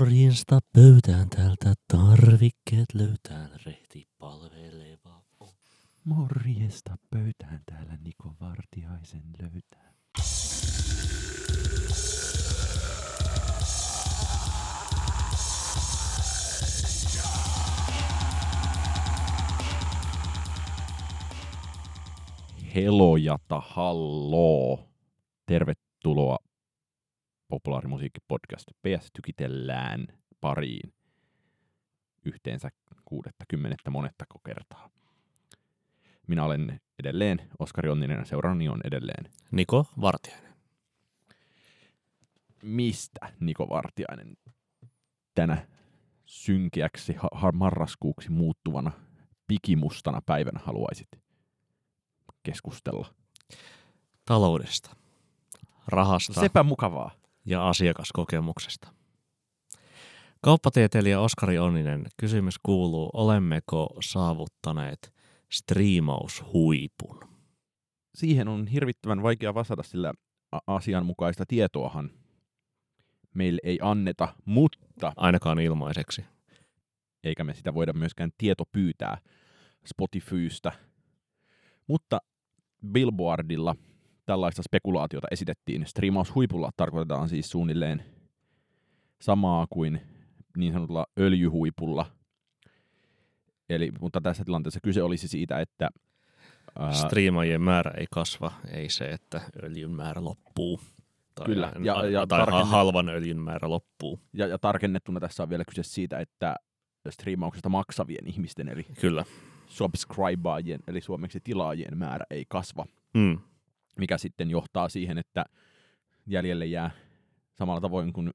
Morjesta pöytään täältä tarvikkeet löytään rehti palveleva. Morjesta pöytään täällä Niko Vartiaisen löytää. Helojata halloo. Tervetuloa populaarimusiikkipodcast PS Tykitellään pariin yhteensä 60 monettako kertaa. Minä olen edelleen Oskari Onninen ja seurani on edelleen Niko Vartiainen. Mistä Niko Vartiainen tänä synkeäksi marraskuuksi muuttuvana pikimustana päivänä haluaisit keskustella? Taloudesta, rahasta Sepä mukavaa. ja asiakaskokemuksesta. Kauppatieteilijä Oskari Onninen, kysymys kuuluu, olemmeko saavuttaneet striimaushuipun? Siihen on hirvittävän vaikea vastata, sillä asianmukaista tietoahan meille ei anneta, mutta Ainakaan ilmaiseksi. eikä me sitä voida myöskään tietopyytää Spotifysta. Mutta Billboardilla tällaista spekulaatiota esitettiin. Striimaushuipulla tarkoitetaan siis suunnilleen samaa kuin niin sanotulla öljyhuipulla. Mutta tässä tilanteessa kyse olisi siitä, että Striimaajien määrä ei kasva, ei se, että öljyn määrä loppuu. Tai, Kyllä, tai halvan öljyn määrä loppuu. Ja tarkennettuna tässä on vielä kyse siitä, että striimauksesta maksavien ihmisten eli Kyllä. subscribaajien eli suomeksi tilaajien määrä ei kasva, mikä sitten johtaa siihen, että jäljelle jää samalla tavoin kuin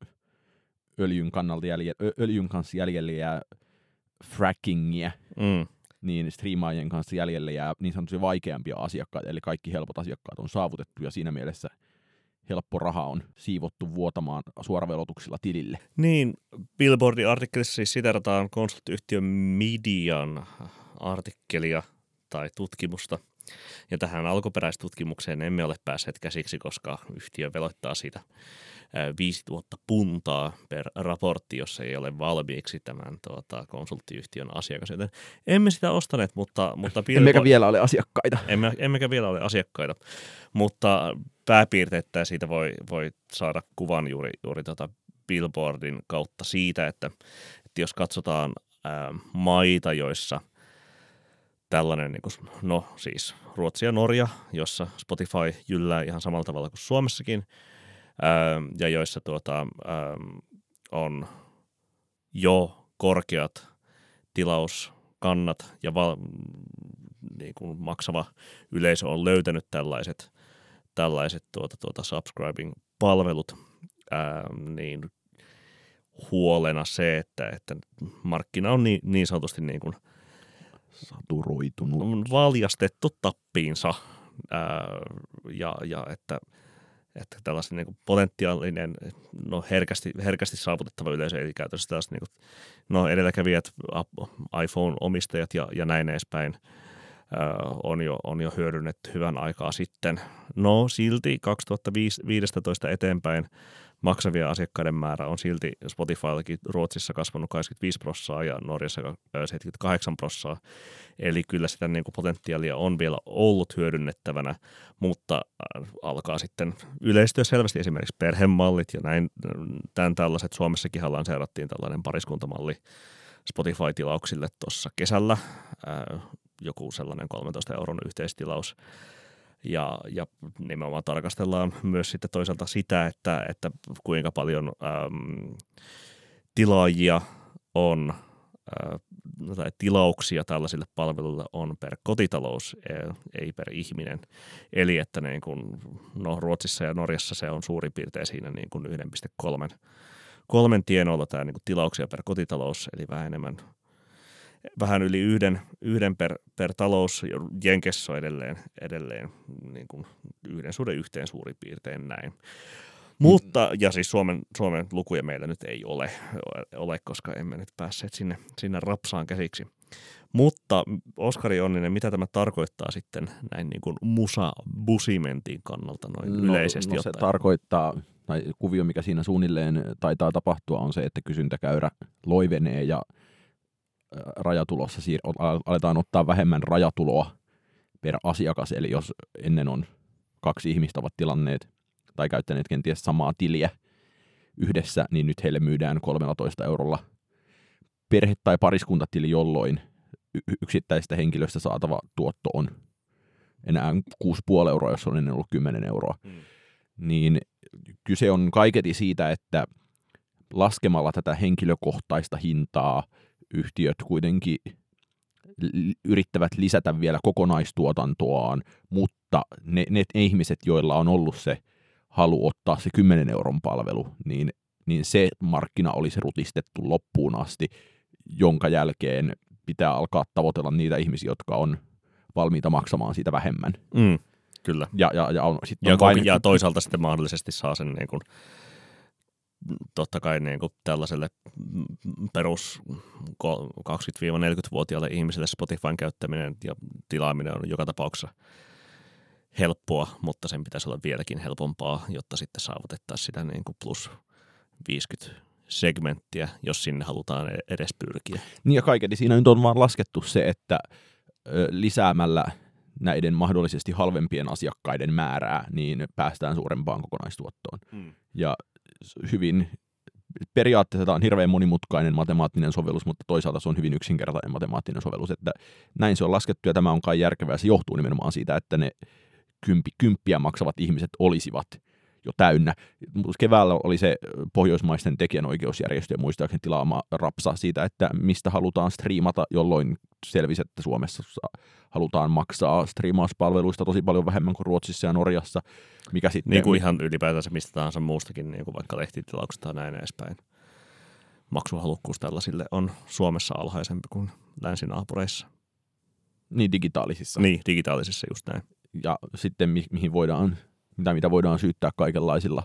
öljyn kanssa jäljelle jää frackingia, niin striimaajien kanssa jäljelle jää niin sanotusti vaikeampia asiakkaita, eli kaikki helpot asiakkaat on saavutettu ja siinä mielessä helppo raha on siivottu vuotamaan suoravelotuksilla tilille. Niin, Billboardin artikkelissa siis siterataan konsulttiyhtiö Median artikkelia tai tutkimusta. Ja tähän alkuperäistutkimukseen emme ole päässeet käsiksi, koska yhtiö veloittaa siitä 5000 puntaa per raportti, jos ei ole valmiiksi tämän konsulttiyhtiön asiakas. Joten emme sitä ostaneet, mutta Emmekä vielä ole asiakkaita. Emmekä vielä ole asiakkaita, mutta pääpiirteittäin siitä voi saada kuvan juuri Billboardin kautta siitä, että jos katsotaan maita, joissa tällainen, siis Ruotsi ja Norja, jossa Spotify jyllää ihan samalla tavalla kuin Suomessakin, ja joissa on jo korkeat tilauskannat ja niin kuin maksava yleisö on löytänyt tällaiset subscribing-palvelut, niin huolena se, että markkina on niin sanotusti niin kuin saturoitunut, valjastettu tappiinsa ja että tällainen niin kuin potentiaalinen, herkästi saavutettava yleisö, eli käytössä tällaiset niin edelläkävijät, iPhone-omistajat ja näin edespäin on jo hyödynnetty hyvän aikaa sitten. No silti 2015 eteenpäin maksavia asiakkaiden määrä on silti Spotifyllakin Ruotsissa kasvanut 85% ja Norjassa 78%. Eli kyllä sitä niin kuin potentiaalia on vielä ollut hyödynnettävänä, mutta alkaa sitten yleistyä selvästi esimerkiksi perhemallit ja näin. Tällaiset Suomessakin lanseerattiin tällainen pariskuntamalli Spotify-tilauksille tuossa kesällä. Joku sellainen 13 euron yhteistilaus. Ja nimenomaan tarkastellaan myös sitten toisaalta sitä, että kuinka paljon tilaajia on, tai tilauksia tällaisille palveluille on per kotitalous, ei per ihminen. Eli että niin kuin, Ruotsissa ja Norjassa se on suurin piirtein siinä niin kuin 1,3 tienoilla tämä niin kuin tilauksia per kotitalous, eli vähän yli yhden per talous. Jenkessä on edelleen niin kuin 1:1 suurin piirtein näin. Mutta, ja siis Suomen lukuja meillä nyt ei ole, koska emme nyt päässeet sinne rapsaan käsiksi. Mutta Oskari Onninen, mitä tämä tarkoittaa sitten näin niin kuin musa-busimentin kannalta noin yleisesti ottaen? Se tarkoittaa tai kuvio, mikä siinä suunnilleen taitaa tapahtua, on se, että kysyntäkäyrä loivenee ja rajatulossa aletaan ottaa vähemmän rajatuloa per asiakas. Eli jos ennen on 2 ihmistä ovat tilanneet tai käyttäneet kenties samaa tiliä yhdessä, niin nyt heille myydään 13 eurolla perhe- tai pariskuntatili, jolloin yksittäisestä henkilöstä saatava tuotto on enää 6,5 euroa, jos on ennen ollut 10 euroa. Niin kyse on kaiketi siitä, että laskemalla tätä henkilökohtaista hintaa yhtiöt kuitenkin yrittävät lisätä vielä kokonaistuotantoaan, mutta ne ihmiset, joilla on ollut se halu ottaa se 10 euron palvelu, niin se markkina olisi rutistettu loppuun asti, jonka jälkeen pitää alkaa tavoitella niitä ihmisiä, jotka on valmiita maksamaan siitä vähemmän. Kyllä. Ja Toisaalta sitten mahdollisesti saa sen niin kuin, totta kai niin kuin tällaiselle perus 20-40-vuotiaalle ihmiselle Spotifyn käyttäminen ja tilaaminen on joka tapauksessa helppoa, mutta sen pitäisi olla vieläkin helpompaa, jotta sitten saavutettaisiin sitä niin kuin plus 50 segmenttiä, jos sinne halutaan edes pyrkiä. Niin ja kaiketi siinä nyt on vaan laskettu se, että lisäämällä näiden mahdollisesti halvempien asiakkaiden määrää, niin päästään suurempaan kokonaistuottoon. Ja hyvin, periaatteessa tämä on hirveän monimutkainen matemaattinen sovellus, mutta toisaalta se on hyvin yksinkertainen matemaattinen sovellus, että näin se on laskettu ja tämä on kai järkevää. Se johtuu nimenomaan siitä, että ne kymppiä maksavat ihmiset olisivat jo täynnä. Keväällä oli se pohjoismaisten tekijänoikeusjärjestöjen muistaakseni tilaama rapsa siitä, että mistä halutaan striimata, jolloin selvisi, että Suomessa halutaan maksaa striimauspalveluista tosi paljon vähemmän kuin Ruotsissa ja Norjassa. Mikä sitten, niin kuin ihan ylipäätänsä mistä tahansa muustakin, niin kuin vaikka lehtitilauksesta ja näin edespäin. Maksuhalukkuus tällaisille on Suomessa alhaisempi kuin länsinaapureissa. Niin, digitaalisissa. Niin, digitaalisissa just näin. Ja sitten mihin voidaan, mitä voidaan syyttää kaikenlaisilla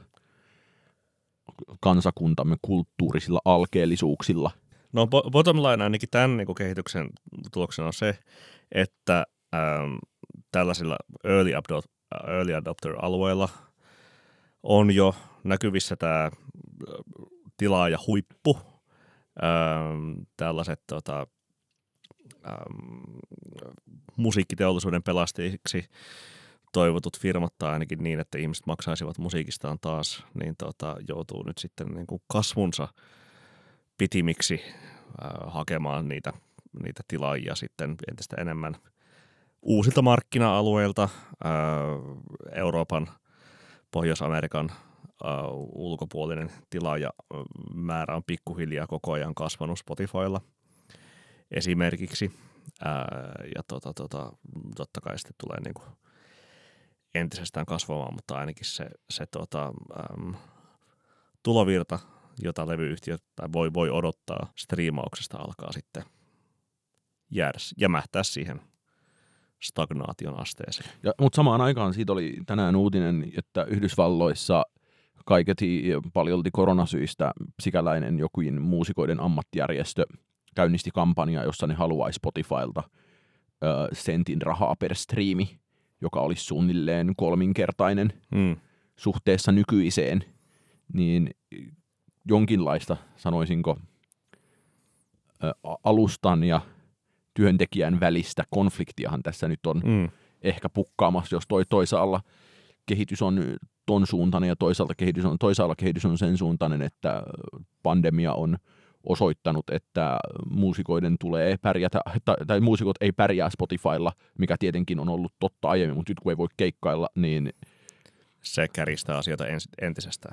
kansakuntamme kulttuurisilla alkeellisuuksilla. No bottom line ainakin tämän niin kuin kehityksen tuloksena on se, että tällaisilla early adopter-alueilla on jo näkyvissä tämä tilaajahuippu, tällaiset musiikkiteollisuuden pelastajiksi toivotut firmat tai ainakin niin, että ihmiset maksaisivat musiikistaan taas, niin joutuu nyt sitten niin kuin kasvunsa pitimiksi hakemaan niitä tilaajia sitten entistä enemmän uusilta markkina-alueilta. Euroopan, Pohjois-Amerikan ulkopuolinen tilaajamäärä on pikkuhiljaa koko ajan kasvanut Spotifylla esimerkiksi. Ja totta kai sitten tulee niinku entisestään kasvamaan, mutta ainakin se tulovirta, jota levyyhtiöt tai voi odottaa striimauksesta, alkaa sitten jämähtää siihen stagnaation asteeseen. Mutta samaan aikaan siitä oli tänään uutinen, että Yhdysvalloissa kaiketi paljolti koronasyistä sikäläinen jokin muusikoiden ammattijärjestö käynnisti kampanjaa, jossa ne haluaisi Spotifylta sentin rahaa per striimi, joka olisi suunnilleen 3-kertainen suhteessa nykyiseen, niin jonkinlaista, sanoisinko, alustan ja työntekijän välistä konfliktiahan tässä nyt on ehkä pukkaamassa, jos toisaalla kehitys on ton suuntainen ja toisaalla kehitys on sen suuntainen, että pandemia on osoittanut, että muusikoiden tulee pärjätä, tai muusikot ei pärjää Spotifylla, mikä tietenkin on ollut totta aiemmin, mutta nyt kun ei voi keikkailla, niin se kärjistää asioita entisestään.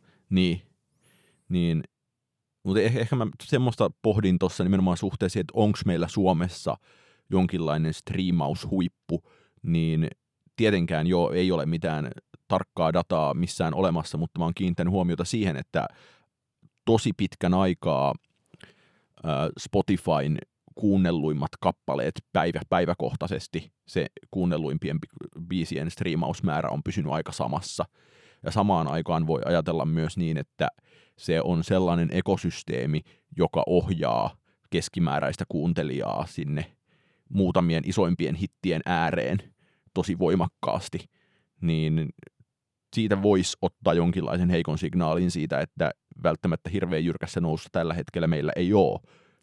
Niin. Mutta ehkä mä semmoista pohdin tuossa nimenomaan suhteessa, että onko meillä Suomessa jonkinlainen striimaushuippu, niin tietenkään ei ole mitään tarkkaa dataa missään olemassa, mutta mä oon kiinnittänyt huomiota siihen, että tosi pitkän aikaa Spotifyn kuunnelluimmat kappaleet päiväkohtaisesti, se kuunnelluimpien biisien striimausmäärä on pysynyt aika samassa. Ja samaan aikaan voi ajatella myös niin, että se on sellainen ekosysteemi, joka ohjaa keskimääräistä kuuntelijaa sinne muutamien isoimpien hittien ääreen tosi voimakkaasti. Niin siitä voisi ottaa jonkinlaisen heikon signaalin siitä, että välttämättä hirveän jyrkässä nousussa tällä hetkellä meillä ei ole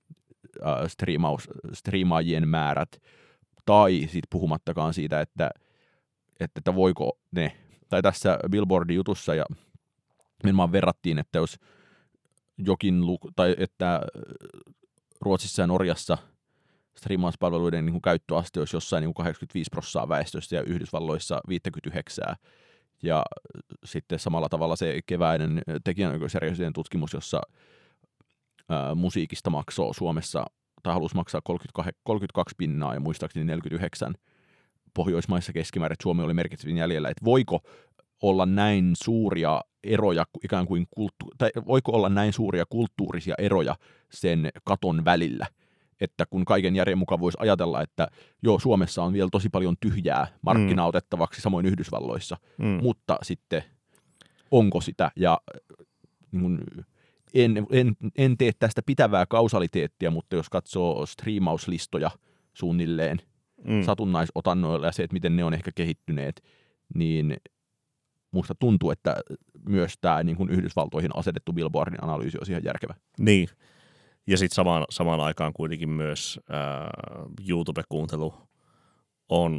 striimaajien määrät, tai sitten puhumattakaan siitä, että voiko ne, tai tässä Billboardin jutussa ja nimenomaan verrattiin, että jos tai että Ruotsissa ja Norjassa striimauspalveluiden niin kuin käyttöaste olisi jossain niin kuin 85% väestöstä ja Yhdysvalloissa 59%. Ja sitten samalla tavalla se keväinen tekijänoikeusjärjestöjen tutkimus, jossa musiikista maksoi Suomessa, tai halusi maksaa 32 pinnaa ja muistaakseni 49 Pohjoismaissa keskimäärin, että Suomi oli merkittävin jäljellä, että voiko olla näin suuria eroja ikään kuin tai voiko olla näin suuria kulttuurisia eroja sen katon välillä, että kun kaiken järjen mukaan voisi ajatella, että joo, Suomessa on vielä tosi paljon tyhjää markkinaotettavaksi, samoin Yhdysvalloissa, mutta sitten onko sitä, ja niin en tee tästä pitävää kausaliteettia, mutta jos katsoo striimauslistoja suunnilleen satunnaisotannoilla ja se, että miten ne on ehkä kehittyneet, niin musta tuntuu, että myös tämä niin kuin Yhdysvaltoihin asetettu Billboardin analyysi on ihan järkevä. Niin, ja sitten samaan aikaan kuitenkin myös YouTube-kuuntelu on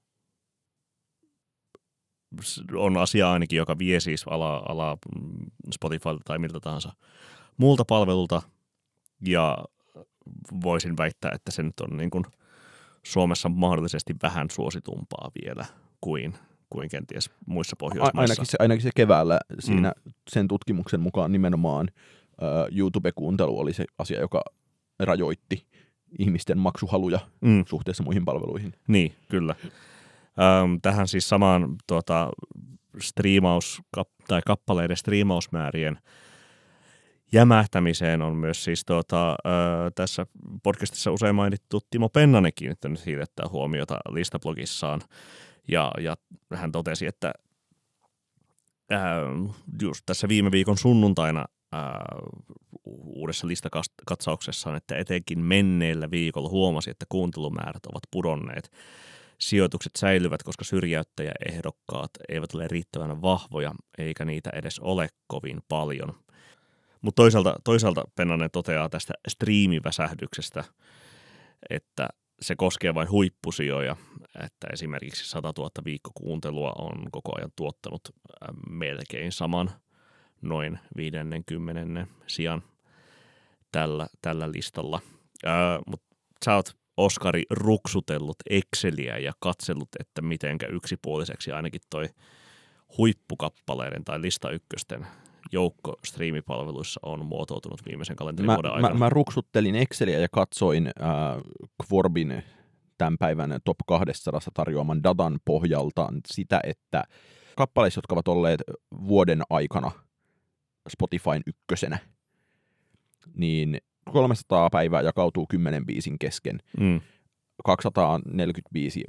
asia ainakin, joka vie siis alaa Spotifylta tai miltä tahansa muulta palvelulta, ja voisin väittää, että se nyt on niin kuin Suomessa mahdollisesti vähän suositumpaa vielä kuin kenties muissa Pohjoismaissa. Ainakin se keväällä siinä sen tutkimuksen mukaan nimenomaan YouTube-kuuntelu oli se asia, joka rajoitti ihmisten maksuhaluja suhteessa muihin palveluihin. Niin, kyllä. Tähän siis samaan tai kappaleiden striimausmäärien jämähtämiseen on myös siis tässä podcastissa usein mainittu Timo Pennanen kiinnittänyt hiilettään huomiota listablogissaan. Ja hän totesi, että just tässä viime viikon sunnuntaina uudessa listakatsauksessaan, että etenkin menneellä viikolla huomasi, että kuuntelumäärät ovat pudonneet. Sijoitukset säilyvät, koska syrjäyttäjäehdokkaat eivät ole riittävän vahvoja, eikä niitä edes ole kovin paljon. Mutta toisaalta Pennanen toteaa tästä striimiväsähdyksestä, että se koskee vain huippusijoja, että esimerkiksi 100 000 viikkokuuntelua on koko ajan tuottanut melkein saman noin 50 sijan tällä listalla. Mutta sä oot, Oskari, ruksutellut Exceliä ja katsellut, että mitenkä yksipuoliseksi ainakin toi huippukappaleiden tai lista ykkösten joukko striimipalveluissa on muotoutunut viimeisen kalenterivuoden aikana. Mä ruksuttelin Exceliä ja katsoin Quorbin tämän päivän top 200 tarjoaman datan pohjalta sitä, että kappaleissa, jotka ovat olleet vuoden aikana Spotifyn ykkösenä, niin 300 päivää jakautuu 10 biisin kesken. 240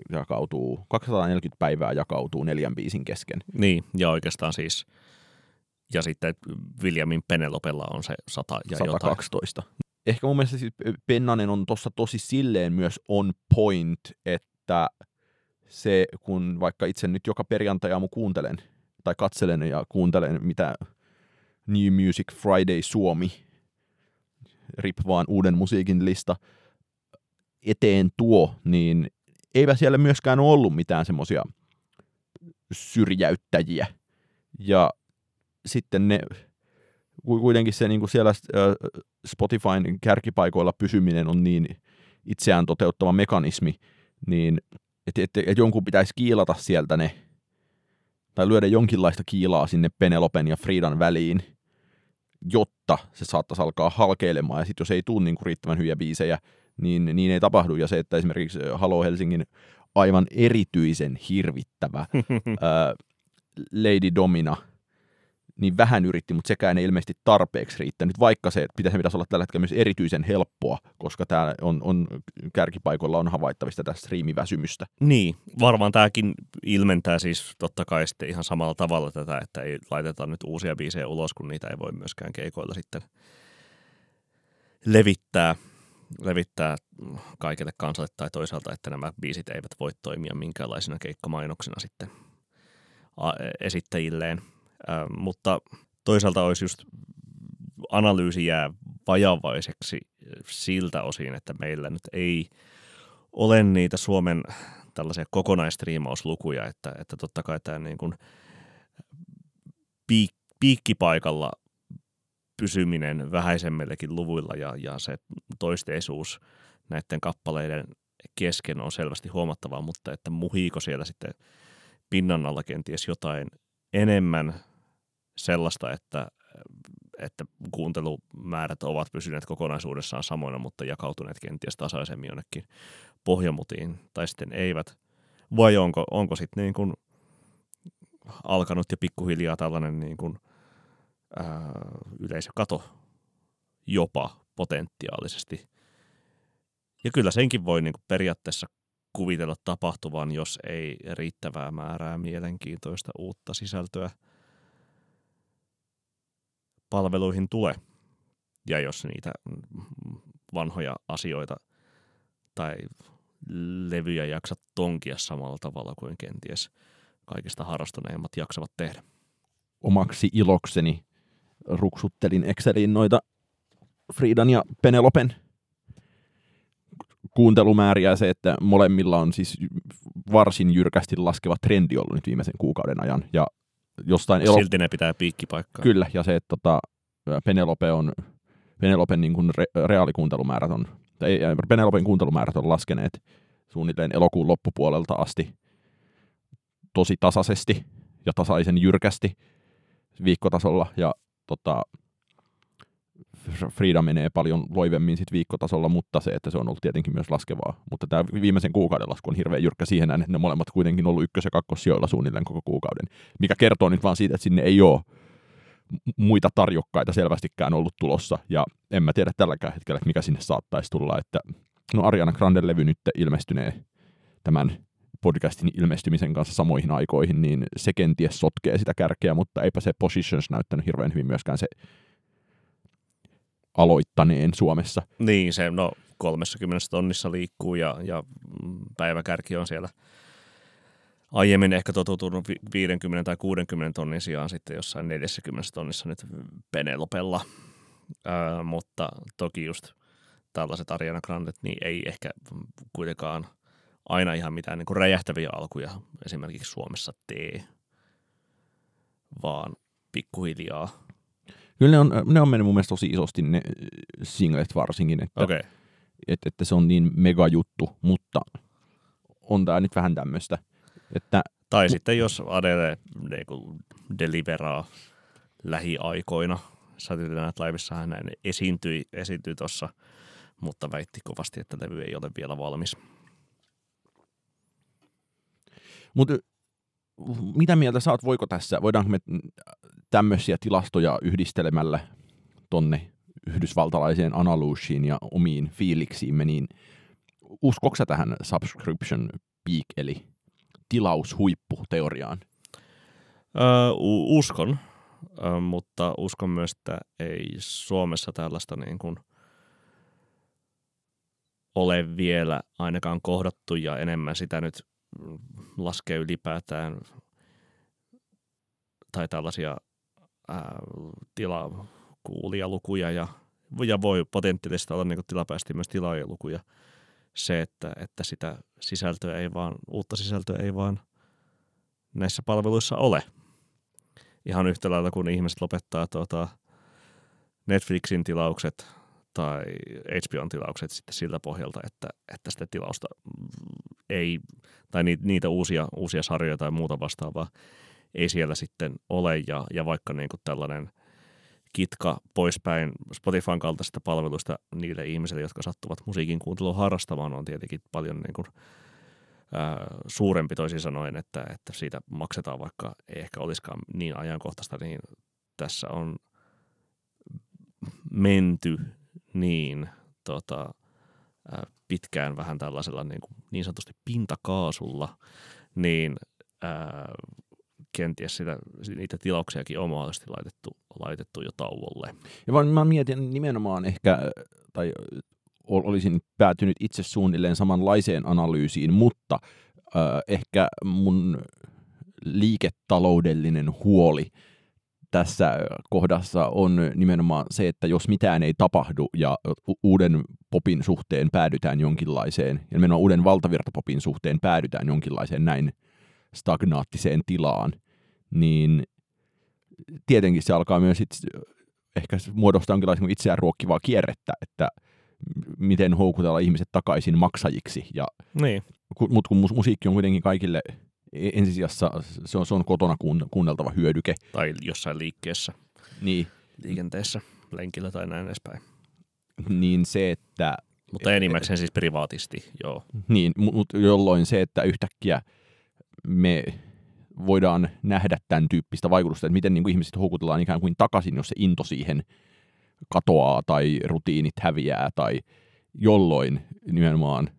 päivää jakautuu 4 biisin kesken. Niin, ja oikeastaan siis, ja sitten Williamin Penelopella on se 100 ja 112. Jotain. Ehkä mun mielestä siis Pennanen on tuossa tosi silleen myös on point, että se, kun vaikka itse nyt joka perjantai-aamu kuuntelen tai katselen ja kuuntelen, mitä New Music Friday Suomi, rip vaan uuden musiikin lista, eteen tuo, niin eipä siellä myöskään ole ollut mitään semmoisia syrjäyttäjiä. Ja sitten ne, kuitenkin se niin kuin siellä Spotifyn kärkipaikoilla pysyminen on niin itseään toteuttava mekanismi, niin että jonkun pitäisi kiilata sieltä ne, tai lyödä jonkinlaista kiilaa sinne Penelopen ja Fridan väliin, jotta se saattaisi alkaa halkeilemaan, ja sitten jos ei tule niin kuin riittävän hyviä biisejä, niin ei tapahdu. Ja se, että esimerkiksi Halo Helsingin aivan erityisen hirvittävä Lady Domina, niin vähän yritti, mutta sekään ei ilmeisesti tarpeeksi riittänyt, vaikka se pitäisi olla tällä hetkellä myös erityisen helppoa, koska tämä on kärkipaikoilla on havaittavista tästä striimiväsymystä. Niin, varmaan tämäkin ilmentää siis totta kai sitten ihan samalla tavalla tätä, että ei laiteta nyt uusia biisejä ulos, kun niitä ei voi myöskään keikoilla sitten levittää kaikille kansalle tai toisaalta, että nämä biisit eivät voi toimia minkäänlaisina keikkamainoksina sitten esittäjilleen. Mutta toisaalta olisi just analyysi jää vajavaiseksi siltä osin, että meillä nyt ei ole niitä Suomen tällaisia kokonaistriimauslukuja, että totta kai tämä niin kuin piikkipaikalla pysyminen vähäisemmilläkin luvuilla ja se toisteisuus näiden kappaleiden kesken on selvästi huomattavaa, mutta että muhiiko siellä sitten pinnan alla kenties jotain enemmän sellaista, että kuuntelumäärät ovat pysyneet kokonaisuudessaan samoina, mutta jakautuneet kenties tasaisemmin jonnekin pohjamutiin, tai sitten eivät. Vai onko sitten niin kuin alkanut jo pikkuhiljaa tällainen niin kuin, yleisökato jopa potentiaalisesti. Ja kyllä senkin voi niin kuin periaatteessa kuvitella tapahtuvan, jos ei riittävää määrää mielenkiintoista uutta sisältöä palveluihin tule. Ja jos niitä vanhoja asioita tai levyjä jaksat tonkia samalla tavalla kuin kenties kaikista harrastuneimmat jaksavat tehdä. Omaksi ilokseni ruksuttelin Exceliin noita Friidan ja Penelopen kuuntelumääriä, se, että molemmilla on siis varsin jyrkästi laskeva trendi ollut nyt viimeisen kuukauden ajan. Ja jostain silti ne pitää piikkipaikkaa. Kyllä, ja se, että Penelopen niin kuin reaalikuuntelumäärät on, Penelopen kuuntelumäärät on laskeneet suunnilleen elokuun loppupuolelta asti tosi tasaisesti ja tasaisen jyrkästi viikkotasolla, ja Frida menee paljon loivemmin sit viikkotasolla, mutta se, että se on ollut tietenkin myös laskevaa. Mutta tämä viimeisen kuukauden lasku on hirveän jyrkkä siihen näin, että ne molemmat kuitenkin ollut ykkös- ja kakkossijoilla suunnilleen koko kuukauden, mikä kertoo nyt vaan siitä, että sinne ei ole muita tarjokkaita selvästikään ollut tulossa, ja en mä tiedä tälläkään hetkellä, mikä sinne saattaisi tulla, että no Ariana Granden levy nyt ilmestynee tämän podcastin ilmestymisen kanssa samoihin aikoihin, niin se kenties sotkee sitä kärkeä, mutta eipä se Positions näyttänyt hirveän hyvin myöskään se aloittaneen Suomessa. Niin, se 30 tonnissa liikkuu ja päiväkärki on siellä aiemmin ehkä toteutunut 50 tai 60 tonnin sijaan sitten jossain 40 tonnissa nyt Penelopella, mutta toki just tällaiset Ariana Grandet niin ei ehkä kuitenkaan aina ihan mitään niin kuin räjähtäviä alkuja esimerkiksi Suomessa tee, vaan pikkuhiljaa. Kyllä ne on mennyt mun mielestä tosi isosti ne singlet varsinkin, että se on niin mega juttu, mutta on tää nyt vähän tämmöistä. Tai sitten jos Adele deliveraa lähiaikoina, Saturday Night Livessahan näin esiintyi tuossa, mutta väitti kovasti, että levy ei ole vielä valmis. Mutta mitä mieltä sä oot, voidaanko me tämmöisiä tilastoja yhdistelemällä tonne yhdysvaltalaiseen analyysiin ja omiin fiiliksiimme, niin uskoiko sä tähän subscription peak, eli tilaushuippu-teoriaan? Uskon, mutta uskon myös, että ei Suomessa tällaista niin kuin ole vielä ainakaan kohdattu, ja enemmän sitä nyt laskee ylipäätään tai tällaisia tilakuulijalukuja ja voi potentiaalisesti olla niin kuin tilapäisesti myös tilaajalukuja. Se, että sitä sisältöä uutta sisältöä ei vaan näissä palveluissa ole. Ihan yhtä lailla, kun ihmiset lopettaa Netflixin tilaukset tai HBOn tilaukset sitten siltä pohjalta, että sitä tilausta ei, tai niitä uusia sarjoja tai muuta vastaavaa ei siellä sitten ole, ja vaikka niin kuin tällainen kitka poispäin Spotifyn kaltaisista palveluista niille ihmisille, jotka sattuvat musiikin kuuntelua harrastamaan, on tietenkin paljon niin kuin, suurempi, toisin sanoen, että siitä maksetaan, vaikka ei ehkä olisikaan niin ajankohtaista, niin tässä on menty niin pitkään vähän tällaisella niin sanotusti pintakaasulla, niin kenties niitä tilauksiakin on mahdollisesti laitettu jo tauolle. Ja vaan mä mietin nimenomaan ehkä, tai olisin päätynyt itse suunnilleen samanlaiseen analyysiin, mutta ehkä mun liiketaloudellinen huoli tässä kohdassa on nimenomaan se, että jos mitään ei tapahdu ja uuden popin suhteen päädytään jonkinlaiseen, ja nimenomaan uuden valtavirtapopin suhteen päädytään jonkinlaiseen näin stagnaattiseen tilaan, niin tietenkin se alkaa myös ehkä muodostaa jonkinlaisen itseään ruokkivaa kierrettä, että miten houkutella ihmiset takaisin maksajiksi. Niin. Mutta kun musiikki on kuitenkin kaikille ensisijassa, se on kotona kuunneltava hyödyke. Tai jossain liikkeessä, niin. liikenteessä, lenkillä tai näin edespäin. Niin se, että... Mutta enimmäkseen siis privaatisti, joo. Niin, mutta jolloin se, että yhtäkkiä me voidaan nähdä tämän tyyppistä vaikutusta, että miten niin kuin ihmiset houkutellaan ikään kuin takaisin, jos se into siihen katoaa tai rutiinit häviää tai jolloin nimenomaan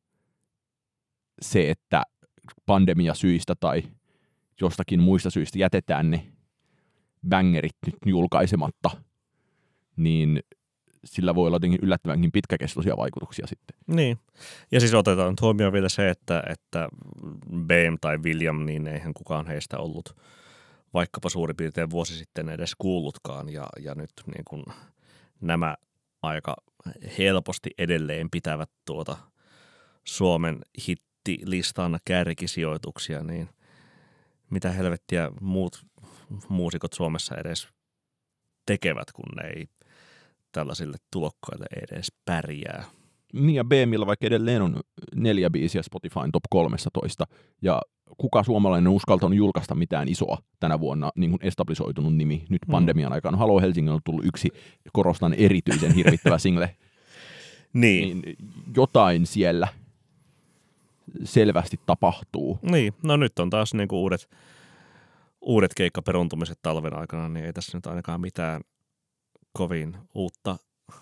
se, että pandemiasyistä tai jostakin muista syistä jätetään ne bangerit nyt julkaisematta, niin sillä voi olla jotenkin yllättävänkin pitkäkestoisia vaikutuksia sitten. Niin. Ja siis otetaan nyt huomioon vielä se, että BM tai William, niin eihän kukaan heistä ollut vaikkapa suurin piirtein vuosi sitten edes kuullutkaan. Ja nyt niin kun nämä aika helposti edelleen pitävät tuota Suomen hittilistan kärkisijoituksia, niin mitä helvettiä muut muusikot Suomessa edes tekevät, kun ne ei tällaisille tulokkaille edes pärjää. Niin ja BMillä vaikka edelleen on 4 biisiä Spotifyn top 13 ja kuka suomalainen on uskaltanut julkaista mitään isoa tänä vuonna, niin kuin establisoitunut nimi nyt pandemian aikana. Halo Helsingin on tullut yksi, korostan, erityisen hirvittävä single. Niin. Jotain siellä selvästi tapahtuu. Niin, no nyt on taas niinku uudet keikkaperuntumiset talven aikana, niin ei tässä nyt ainakaan mitään kovin uutta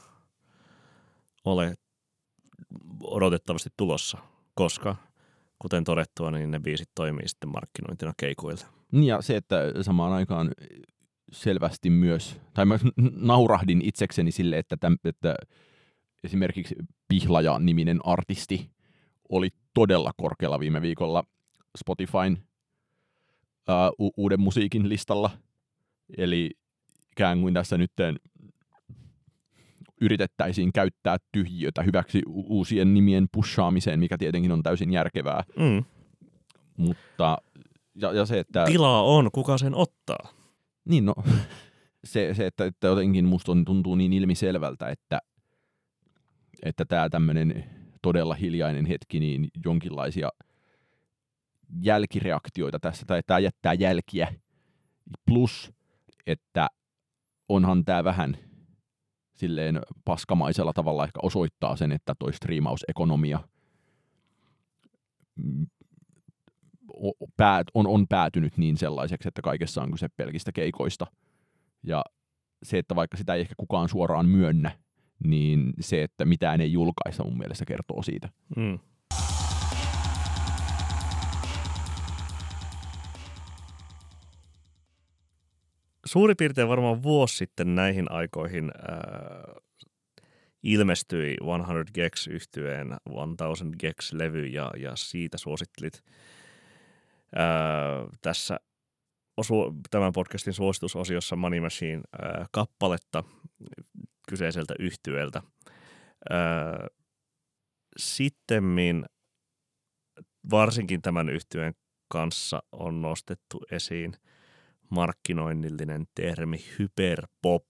ole odotettavasti tulossa, koska kuten todettua, niin ne biisit toimii sitten markkinointina keikoilta. Ja se, että samaan aikaan selvästi myös, tai mä naurahdin itsekseni sille, että esimerkiksi Pihlaja-niminen artisti oli todella korkealla viime viikolla Spotifyn uuden musiikin listalla. Eli ikään kuin tässä nyt yritettäisiin käyttää tyhjiötä hyväksi uusien nimien pushaamiseen, mikä tietenkin on täysin järkevää. Mutta ja se, että... Tilaa on, kuka sen ottaa? Niin no, se että jotenkin musta tuntuu niin ilmiselvältä, että tämä tämmöinen todella hiljainen hetki, niin jonkinlaisia jälkireaktioita tässä, tai tämä jättää jälkiä. Plus, että onhan tämä vähän silleen paskamaisella tavalla ehkä osoittaa sen, että toi striimausekonomia on päätynyt niin sellaiseksi, että kaikessa on kyse pelkistä keikoista. Ja se, että vaikka sitä ei ehkä kukaan suoraan myönnä, niin se, että mitään ei julkaista mun mielestä kertoo siitä. Suurin piirtein varmaan vuosi sitten näihin aikoihin ilmestyi 100 Gex-yhtyeen 1000 Gex-levy ja siitä suosittelit tässä tämän podcastin suositusosiossa Money Machine kappaletta kyseiseltä yhtyeeltä. Sittemmin varsinkin tämän yhtyeen kanssa on nostettu esiin markkinoinnillinen termi hyperpop,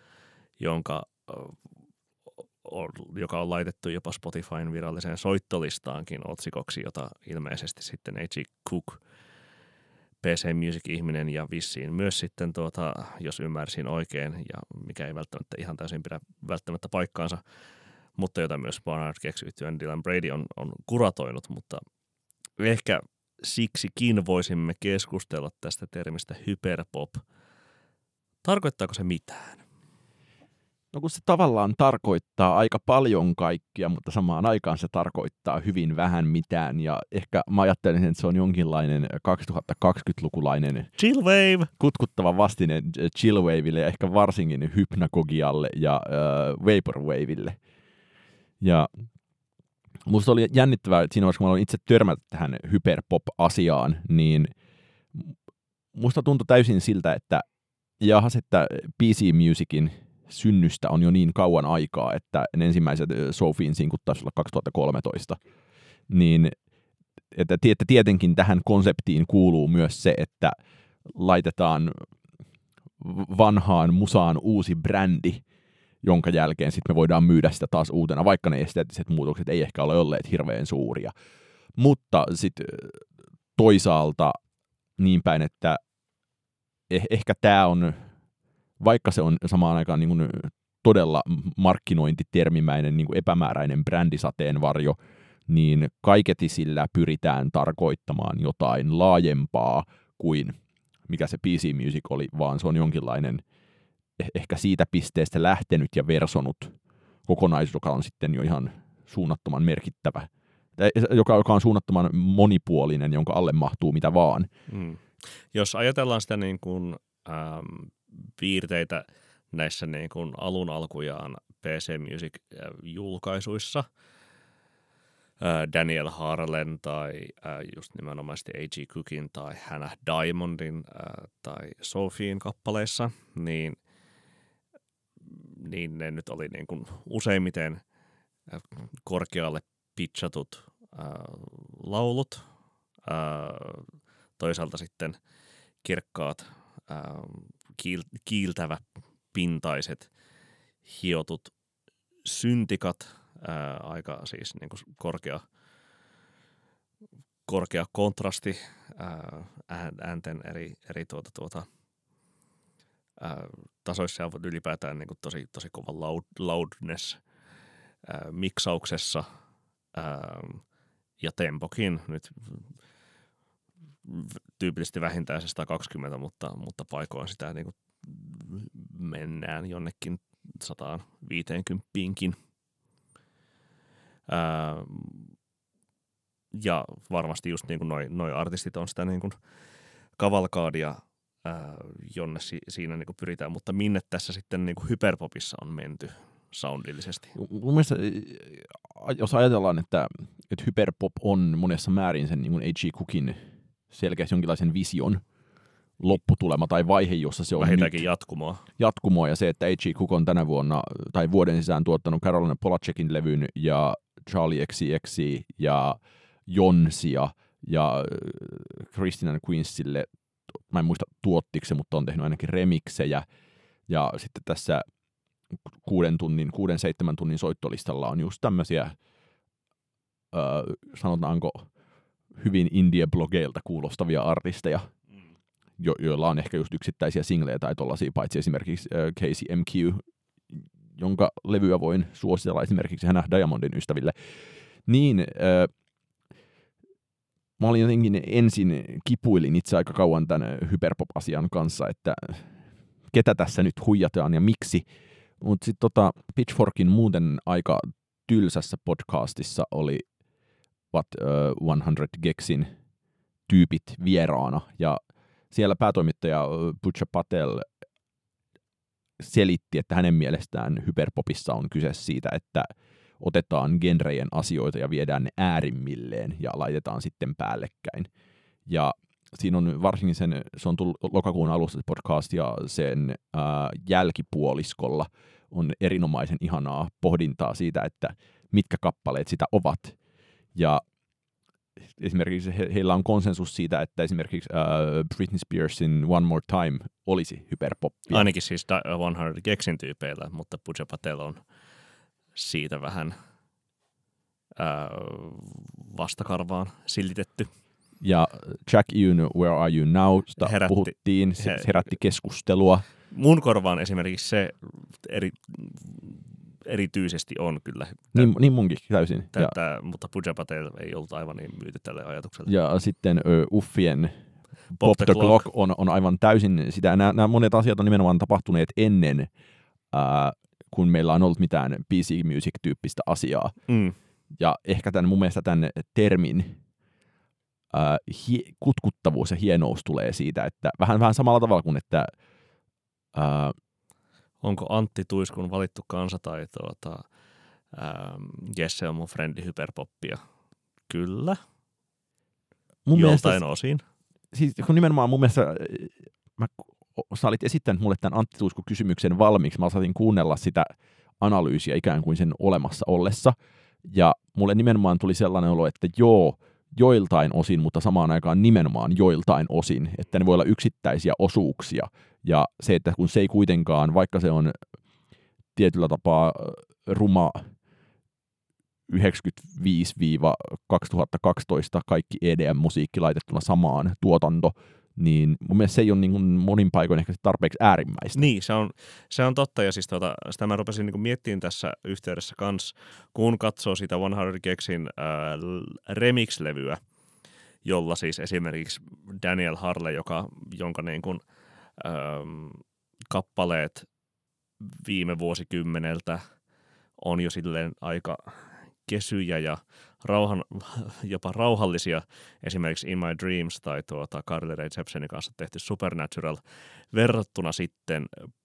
joka on laitettu jopa Spotifyn viralliseen soittolistaankin otsikoksi, jota ilmeisesti sitten A.G. Cook, PC Music-ihminen ja vissiin myös sitten, jos ymmärsin oikein, ja mikä ei välttämättä ihan täysin pidä välttämättä paikkaansa, mutta jota myös Barnard Gex-yhtyeen Dylan Brady on kuratoinut, mutta ehkä siksikin voisimme keskustella tästä termistä hyperpop. Tarkoittaako se mitään? No kun se tavallaan tarkoittaa aika paljon kaikkia, mutta samaan aikaan se tarkoittaa hyvin vähän mitään. Ja ehkä mä ajattelen, että se on jonkinlainen 2020-lukulainen chillwave, kutkuttava vastine chillwaveille ja ehkä varsinkin hypnagogialle ja vaporwavelle. Ja musta oli jännittävää, että siinä vaiheessa, kun mä aloin itse törmätä tähän hyperpop-asiaan, niin musta tuntui täysin siltä, että jahas, että PC Musicin synnystä on jo niin kauan aikaa, että ne ensimmäiset Sophien sinkut taisi olla 2013, niin että tietenkin tähän konseptiin kuuluu myös se, että laitetaan vanhaan musaan uusi brändi, jonka jälkeen sitten me voidaan myydä sitä taas uutena, vaikka ne esteettiset muutokset ei ehkä ole olleet hirveän suuria. Mutta sitten toisaalta niin päin, että ehkä tämä on, vaikka se on samaan aikaan niin kuin todella markkinointitermimäinen niin kuin epämääräinen brändisateenvarjo, niin kaiketi sillä pyritään tarkoittamaan jotain laajempaa kuin mikä se PC Music oli, vaan se on jonkinlainen ehkä siitä pisteestä lähtenyt ja versonut kokonaisuus, joka on sitten jo ihan suunnattoman merkittävä, joka on suunnattoman monipuolinen, jonka alle mahtuu mitä vaan. Jos ajatellaan sitä niin kuin, piirteitä näissä niin kuin alun alkujaan PC Music-julkaisuissa, Daniel Harlen tai just nimenomaisesti A.G. Cookin tai Hannah Diamondin tai Sophien kappaleissa, niin ne nyt oli niin kuin useimmiten korkealle pitchatut laulut, toisaalta sitten kirkkaat, kiiltävä pintaiset, hiotut syntikat, aika siis niin kuin korkea kontrasti äänten eri tasoissa ja ylipäätään niin kuin tosi kova loudness miksauksessa ja tempokin nyt tyypillisesti vähintään se 120, mutta paikoin sitä niin kuin mennään jonnekin 150-kin. Ja varmasti just niin kuin noi artistit on sitä niin kuin kavalkaadia, jonne siinä niin kuin pyritään, mutta minne tässä sitten niin kuin hyperpopissa on menty soundillisesti? Mun mielestä, jos ajatellaan, että hyperpop on monessa määrin sen niin kuin A.G. Cookin selkeästi jonkinlaisen vision lopputulema tai vaihe, jossa se on vähintäänkin jatkumoa, ja se, että A.G. Cook on tänä vuonna tai vuoden sisään tuottanut Carolina Polacekin levyn ja Charlie XCX ja Jonsia ja Christina Queensille, mä en muista tuottiko se, mutta on tehnyt ainakin remiksejä, ja sitten tässä 6-7 tunnin soittolistalla on just tämmöisiä, sanotaanko, hyvin indie-blogeilta kuulostavia artisteja, joilla on ehkä just yksittäisiä singlejä tai tollaisia, paitsi esimerkiksi Casey MQ, jonka levyä voin suositella esimerkiksi Hannah Diamondin ystäville. Niin, mä olin jotenkin ensin kipuilin itse aika kauan tämän hyperpop-asian kanssa, että ketä tässä nyt huijataan ja miksi. Mutta sitten Pitchforkin muuten aika tylsässä podcastissa oli 100 Gexin tyypit vieraana, ja siellä päätoimittaja Butcha Patel selitti, että hänen mielestään hyperpopissa on kyse siitä, että otetaan genrejen asioita ja viedään ne äärimmilleen ja laitetaan sitten päällekkäin. Ja siinä on varsinkin se on tullut lokakuun alussa se podcast, ja sen jälkipuoliskolla on erinomaisen ihanaa pohdintaa siitä, että mitkä kappaleet sitä ovat. Ja esimerkiksi heillä on konsensus siitä, että esimerkiksi Britney Spearsin One More Time olisi hyperpoppia. Ainakin siis 100 Gexin tyypeillä, mutta Butcha Patel on siitä vähän vastakarvaan silitetty. Ja Jack Ian, Where Are You Now? Puhuttiin, se herätti keskustelua. Mun korvaan esimerkiksi se erityisesti on kyllä. Niin munkin täysin. Mutta Butcha Patel ei ollut aivan niin myyty tälle ajatukselle. Ja sitten Uffien Pop the Clock on aivan täysin sitä. Nämä monet asiat on nimenomaan tapahtuneet ennen, kun meillä on ollut mitään PC Music-tyyppistä asiaa. Ja ehkä mun mielestä tämän termin kutkuttavuus ja hienous tulee siitä, että vähän samalla tavalla kuin, että onko Antti Tuiskun valittu kansa tai Jesse on mun frendi hyperpoppia? Kyllä. Joltain osin. siis kun nimenomaan mun mielestä sä olit esittänyt mulle tämän Antti Tuisku-kysymyksen valmiiksi, mä osasin kuunnella sitä analyysiä ikään kuin sen olemassa ollessa, ja mulle nimenomaan tuli sellainen olo, että joo, joiltain osin, mutta samaan aikaan nimenomaan joiltain osin, että ne voi olla yksittäisiä osuuksia, ja se, että kun se ei kuitenkaan, vaikka se on tietyllä tapaa ruma 95-2012 kaikki EDM-musiikki laitettuna samaan tuotanto, niin mun mielestä se ei ole niin kuin monin paikoin ehkä tarpeeksi äärimmäistä. Niin, se on totta, ja siis sitä mä rupesin niin kuin miettimään tässä yhteydessä kanssa, kun katsoo sitä 100 Gexin remix-levyä, jolla siis esimerkiksi Daniel Harley, jonka niin kuin, kappaleet viime vuosikymmeneltä on jo silleen aika kesyjä ja jopa rauhallisia, esimerkiksi In My Dreams tai Carly Rae Jepsenin kanssa tehty Supernatural, verrattuna sitten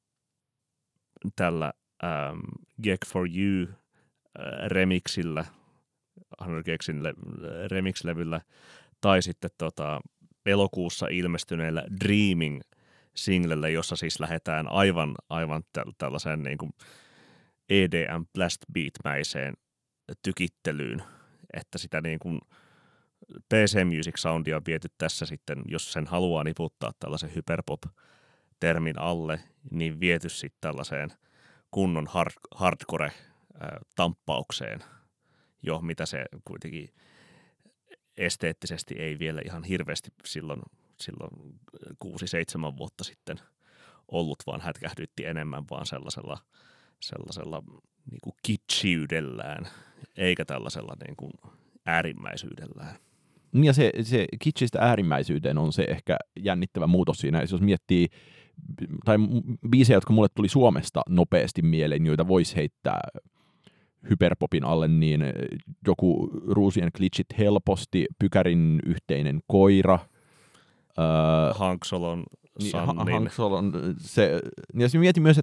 tällä Gek for You remixillä, 100 Gexin remix-levyllä, tai sitten elokuussa ilmestyneellä Dreaming-singlellä, jossa siis lähdetään aivan tällaiseen niin kuin EDM blast beat-mäiseen tykittelyyn, että sitä niin kuin PC Music Soundia on viety tässä sitten, jos sen haluaa niputtaa tällaisen hyperpop-termin alle, niin viety sitten tällaiseen kunnon hardcore-tamppaukseen, jo mitä se kuitenkin esteettisesti ei vielä ihan hirveästi silloin 6-7 vuotta sitten ollut, vaan hätkähdytti enemmän vaan sellaisella niin kuin kitsiyydellään, eikä tällaisella niin kuin äärimmäisyydellään. Ja se kitsistä äärimmäisyyteen on se ehkä jännittävä muutos siinä. Jos miettii, tai biisejä, jotka mulle tuli Suomesta nopeasti mieleen, joita voisi heittää hyperpopin alle, niin joku Ruusien Glitchit helposti, Pykärin Yhteinen koira, Hanksolon Sannin. Hanksolon se, ja mietin myös,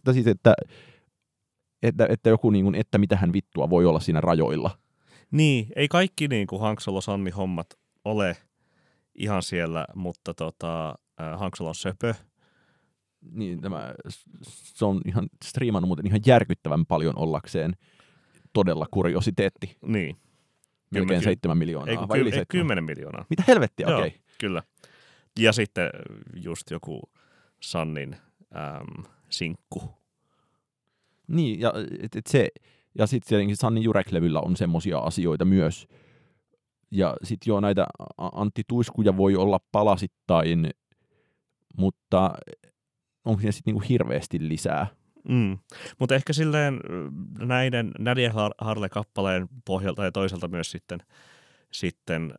että joku niin kuin, että mitähän vittua voi olla siinä rajoilla. Niin, ei kaikki niin kuin Hanksolo Sanni hommat ole ihan siellä, mutta Hanksolon söpö. Niin, se on ihan striimannut muuten ihan järkyttävän paljon ollakseen todella kuriositeetti. Niin. Melkein 7 miljoonaa. Vai yli 7? 10 miljoonaa. Mitä helvettiä, okei. Okay. Kyllä. Ja sitten just joku Sannin sinkku. Niin, ja sitten tietenkin Sannin Jurek-levyllä on semmosia asioita myös. Ja sitten joo, näitä Antti Tuiskuja voi olla palasittain, mutta onko siinä sitten niinku hirveästi lisää? Mutta ehkä silleen näiden Nadia Harle-kappaleen pohjalta ja toisaalta myös sitten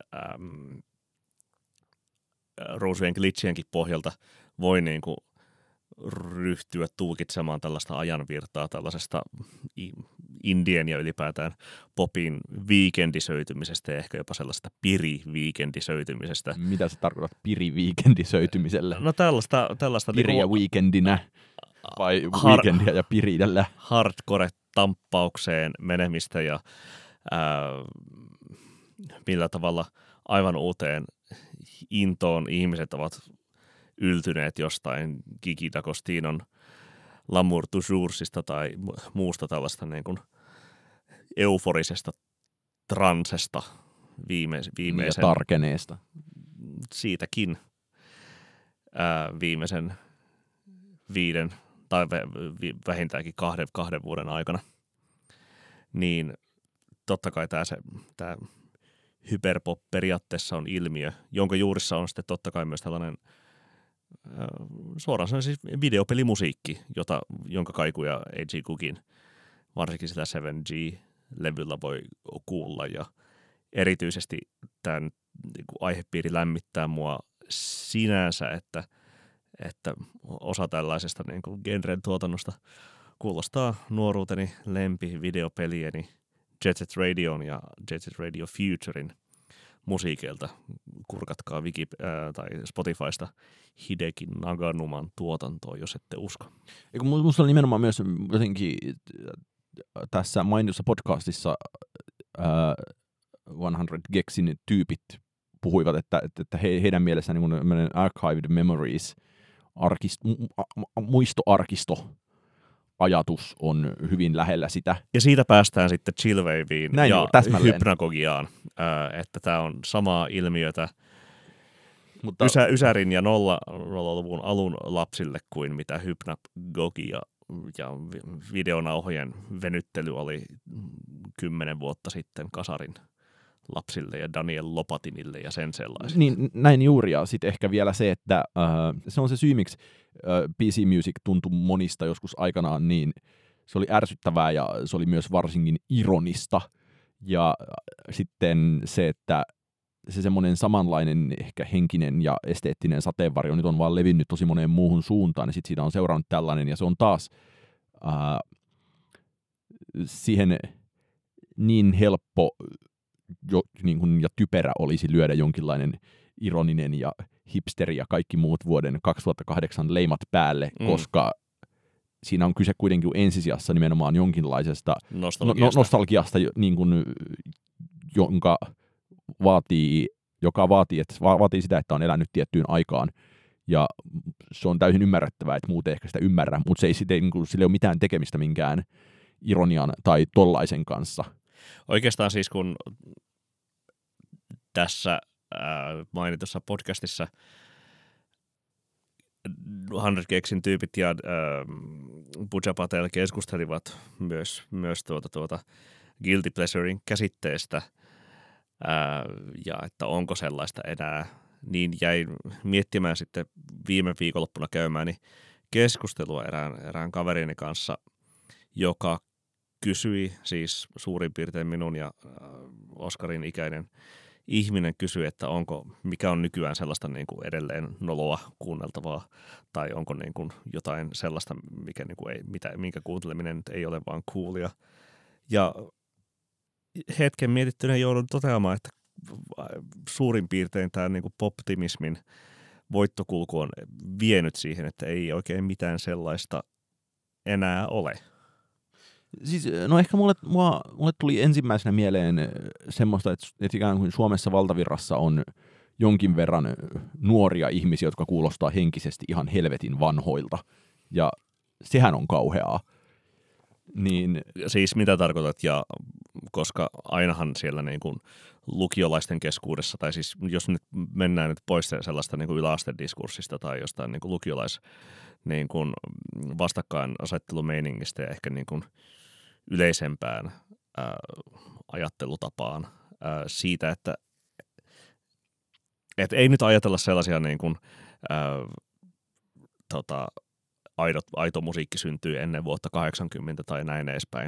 Ruusien Glitchienkin pohjalta voi niinku ryhtyä tulkitsemaan tällaista ajanvirtaa tällaisesta indien ja ylipäätään popin viikendisöitymisestä ja ehkä jopa sellaista piri-viikendisöitymisestä. Mitä sä tarkoitat piri-viikendisöitymisellä? No tällaista Piriä niinku weekendinä vai weekendia ja piridellä? Hardcore-tamppaukseen menemistä ja millä tavalla aivan uuteen intoon ihmiset ovat yltyneet jostain Gigi D'Agostinon L'amour Toujours tai muusta tällaista niin kuin euforisesta transesta viimeisen. Ja tarkeneesta. Siitäkin viimeisen 5 tai vähintäänkin 2 vuoden aikana. Niin totta kai tämä hyperpop periaatteessa on ilmiö, jonka juurissa on sitten totta kai myös tällainen suoraan siis videopelimusiikki, jonka kaikuja A.G. Cookin varsinkin sillä 7G-levyllä voi kuulla. Ja erityisesti tämän niin kuin aihepiiri lämmittää mua sinänsä, että osa tällaisesta niin kuin genren tuotannosta kuulostaa nuoruuteni lempi videopelieni Jet Set Radion ja Jet Set Radio Futurein musiikeilta. Kurkatkaa tai Spotifysta Hideki Naganuman tuotantoa, jos ette usko. Minusta on nimenomaan myös jotenkin tässä mainitussa podcastissa 100 Gexin tyypit puhuivat, että heidän mielessään niin archived memories, muistoarkisto, ajatus on hyvin lähellä sitä. Ja siitä päästään sitten chillwaveen ja hypnagogiaan, että tämä on samaa ilmiötä mutta Ysärin ja 00-luvun alun lapsille kuin mitä hypnagogia ja videonauhojen venyttely oli 10 vuotta sitten kasarin lapsille ja Daniel Lopatinille ja sen sellaisille. Niin, näin juuri, ja sitten ehkä vielä se, että se on se syy, miksi PC Music tuntui monista joskus aikanaan, niin se oli ärsyttävää ja se oli myös varsinkin ironista. Ja sitten se, että se semmoinen samanlainen ehkä henkinen ja esteettinen sateenvarjo nyt on vaan levinnyt tosi moneen muuhun suuntaan, ja sitten siitä on seurannut tällainen, ja se on taas siihen niin helppo niin kuin, ja typerä olisi lyödä jonkinlainen ironinen ja hipsteri ja kaikki muut vuoden 2008 leimat päälle, koska siinä on kyse kuitenkin ensisijassa nimenomaan jonkinlaisesta nostalgiasta niin kuin, joka vaatii sitä, että on elänyt tiettyyn aikaan. Ja se on täysin ymmärrettävää, että muut ei ehkä sitä ymmärrä, mutta se ei sillä ei ole mitään tekemistä minkään ironian tai tollaisen kanssa. Oikeastaan siis kun tässä mainitussa podcastissa 100 Keksin tyypit ja Pooja Patel keskustelivat myös guilty pleasurein käsitteestä ja että onko sellaista enää, niin jäin miettimään sitten viime viikonloppuna käymäni keskustelua erään kaverini kanssa, joka kysyi, siis suurin piirtein minun ja Oskarin ikäinen ihminen kysyi, että mikä on nykyään sellaista niin kuin edelleen noloa kuunneltavaa, tai onko niin kuin jotain sellaista, mikä niin kuin minkä kuunteleminen nyt ei ole vaan coolia. Ja hetken mietittyneen joudun toteamaan, että suurin piirtein tämä niin kuin poptimismin voittokulku on vienyt siihen, että ei oikein mitään sellaista enää ole. Siis, no ehkä mulle tuli ensimmäisenä mieleen semmoista, että ikään kuin Suomessa valtavirrassa on jonkin verran nuoria ihmisiä, jotka kuulostaa henkisesti ihan helvetin vanhoilta. Ja sehän on kauheaa. Niin, siis mitä tarkoitat, ja koska ainahan siellä niin kuin lukiolaisten keskuudessa, tai siis jos nyt mennään nyt pois sellaista niin kuin yläastediskurssista tai jostain niin kuin lukiolais niin kuin vastakkainasettelumeiningistä ja ehkä niin kuin yleisempään ajattelutapaan siitä, että ei nyt ajatella sellaisia niin kuin, aito musiikki syntyy ennen vuotta 80 tai näin edespäin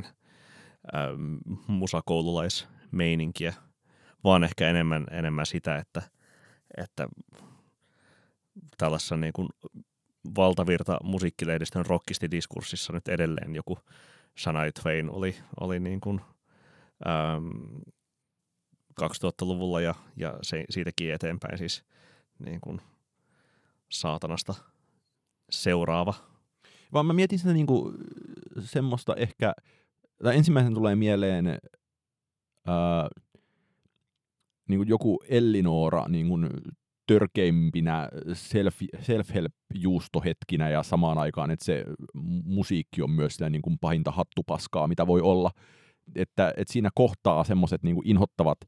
musakoululaismeininkiä, vaan ehkä enemmän sitä, että tällaisessa niin kuin valtavirta musiikkilehdistön rockistidiskurssissa nyt edelleen joku Shania Twain oli niin kuin 2000-luvulla ja siitäkin eteenpäin siis niin kuin saatanasta seuraava. Vaan mä mietin sitä niinku semmoista ehkä, tai ensimmäisen tulee mieleen niinku joku Ellinora niinku törkeimpinä self-help-juustohetkinä ja samaan aikaan, että se musiikki on myös sitä niinku pahinta hattupaskaa, mitä voi olla. Että siinä kohtaa semmoiset niinku inhottavat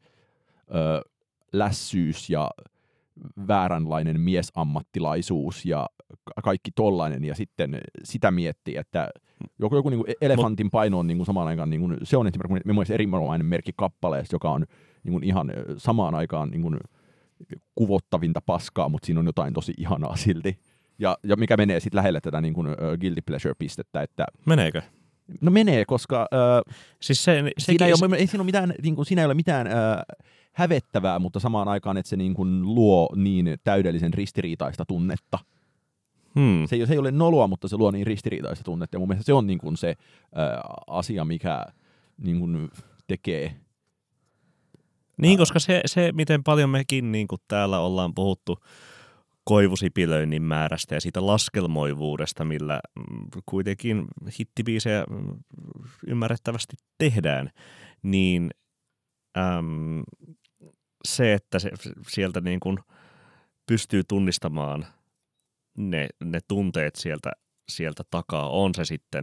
lässyys ja vääränlainen miesammattilaisuus ja kaikki tollainen, ja sitten sitä miettii, että joku niinku elefantin paino on niinku samaan aikaan, niinku, se on esimerkiksi erinomainen merkki kappaleesta, joka on niinku ihan samaan aikaan niinku kuvottavinta paskaa, mutta siinä on jotain tosi ihanaa silti. Ja mikä menee sitten lähelle tätä niinku guilty pleasure-pistettä. Että meneekö? No menee, koska siis siinä ei ole mitään hävettävää, mutta samaan aikaan, että se niin kuin luo niin täydellisen ristiriitaista tunnetta. Se ei ole noloa, mutta se luo niin ristiriitaista tunnetta. Ja mun mielestä se on niin kuin se asia, mikä niin kuin tekee. Niin, koska se, miten paljon mekin niin kuin täällä ollaan puhuttu koivusipilöinnin määrästä ja siitä laskelmoivuudesta, millä kuitenkin hittibiisejä ymmärrettävästi tehdään, niin se, että sieltä niin kuin pystyy tunnistamaan ne tunteet sieltä takaa, on se sitten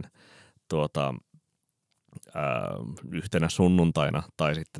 yhtenä sunnuntaina tai sitten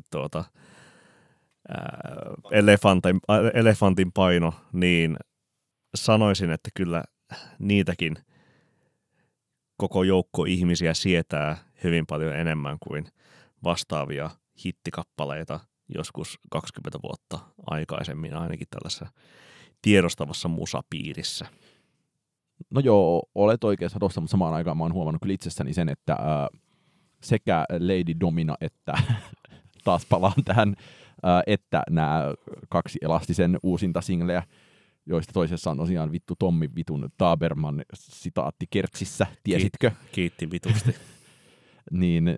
elefantin paino, niin sanoisin, että kyllä niitäkin koko joukko ihmisiä sietää hyvin paljon enemmän kuin vastaavia hittikappaleita joskus 20 vuotta aikaisemmin, ainakin tällaisessa tiedostavassa musapiirissä. No joo, olet oikeassa tuossa, mutta samaan aikaan mä oon huomannut kyllä itsessäni sen, että sekä Lady Domina että taas palaan tähän, että nämä 2 Elastisen uusinta singleä, joista toisessa on tosiaan vittu Tommi vitun Taberman sitaatti kertsissä, tiesitkö? Kiitti vitusti. Niin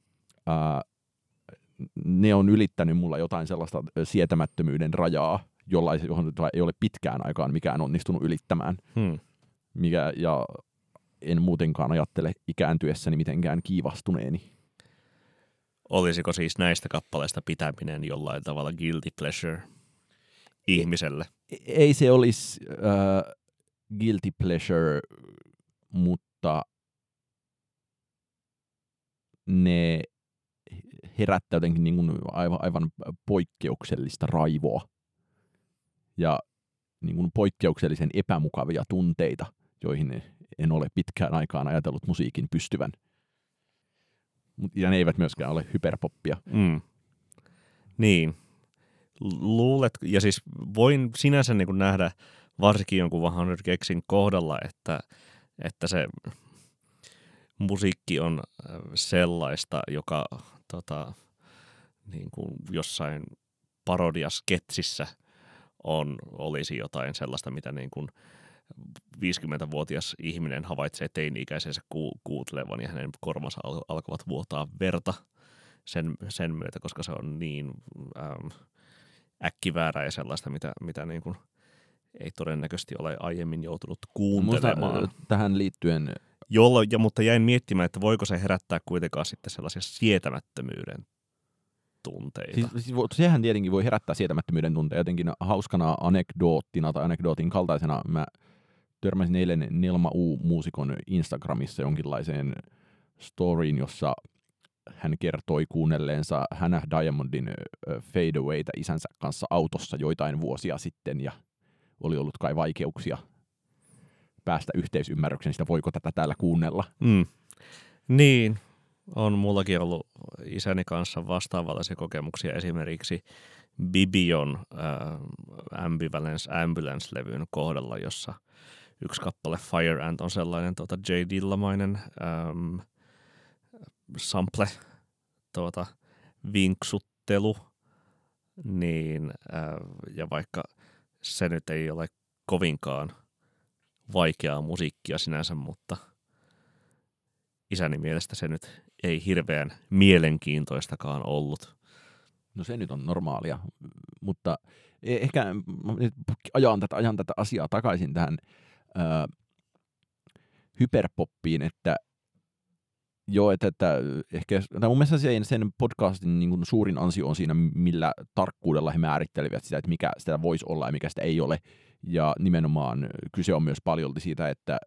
ne on ylittänyt mulla jotain sellaista sietämättömyyden rajaa, johon ei ole pitkään aikaan mikään onnistunut ylittämään. Ja en muutenkaan ajattele ikääntyessäni mitenkään kiivastuneeni. Olisiko siis näistä kappaleista pitäminen jollain tavalla guilty pleasure ihmiselle? Ei se olisi guilty pleasure, mutta ne herättää jotenkin niin kuin aivan poikkeuksellista raivoa ja niin kuin poikkeuksellisen epämukavia tunteita, joihin en ole pitkään aikaan ajatellut musiikin pystyvän. Ja ne eivät myöskään ole hyperpoppia. Niin. Luulet, ja siis voin sinänsä niin kuin nähdä varsinkin jonkun 100 Keksin kohdalla, että se musiikki on sellaista, joka niin kuin jossain parodiasketsissä olisi jotain sellaista, mitä niin kuin 50-vuotias ihminen havaitsee teini-ikäisensä kuuntelevan ja hänen korvansa alkavat vuotaa verta sen myötä, koska se on niin äkkiväärää ja sellaista, mitä niin kuin ei todennäköisesti ole aiemmin joutunut kuuntelemaan. Tähän liittyen... Mutta jäin miettimään, että voiko se herättää kuitenkaan sitten sellaisia sietämättömyyden tunteita. Sehän tietenkin voi herättää sietämättömyyden tunteita. Jotenkin hauskana anekdoottina tai anekdootin kaltaisena mä törmäsin eilen Nelma U-muusikon Instagramissa jonkinlaiseen storyin, jossa hän kertoi kuunnelleensa Hannah Diamondin Fade Awayta isänsä kanssa autossa joitain vuosia sitten ja oli ollut kai vaikeuksia päästä yhteisymmärrykseen sitä, voiko tätä täällä kuunnella. Niin, on mullakin ollut isäni kanssa vastaavanlaisia kokemuksia esimerkiksi Bibion Ambulance-levyn kohdalla, jossa yksi kappale Fire Ant on sellainen J. Dillamainen sample, vinksuttelu, niin, ja vaikka se nyt ei ole kovinkaan vaikeaa musiikkia sinänsä, mutta isäni mielestä se nyt ei hirveän mielenkiintoistakaan ollut. No se nyt on normaalia, mutta ehkä ajan tätä asiaa takaisin tähän hyperpoppiin, että joo, että ehkä mun mielestä sen podcastin niin kuin suurin ansio on siinä, millä tarkkuudella he määrittelevät sitä, että mikä sitä voisi olla ja mikä sitä ei ole. Ja nimenomaan kyse on myös paljolti siitä, että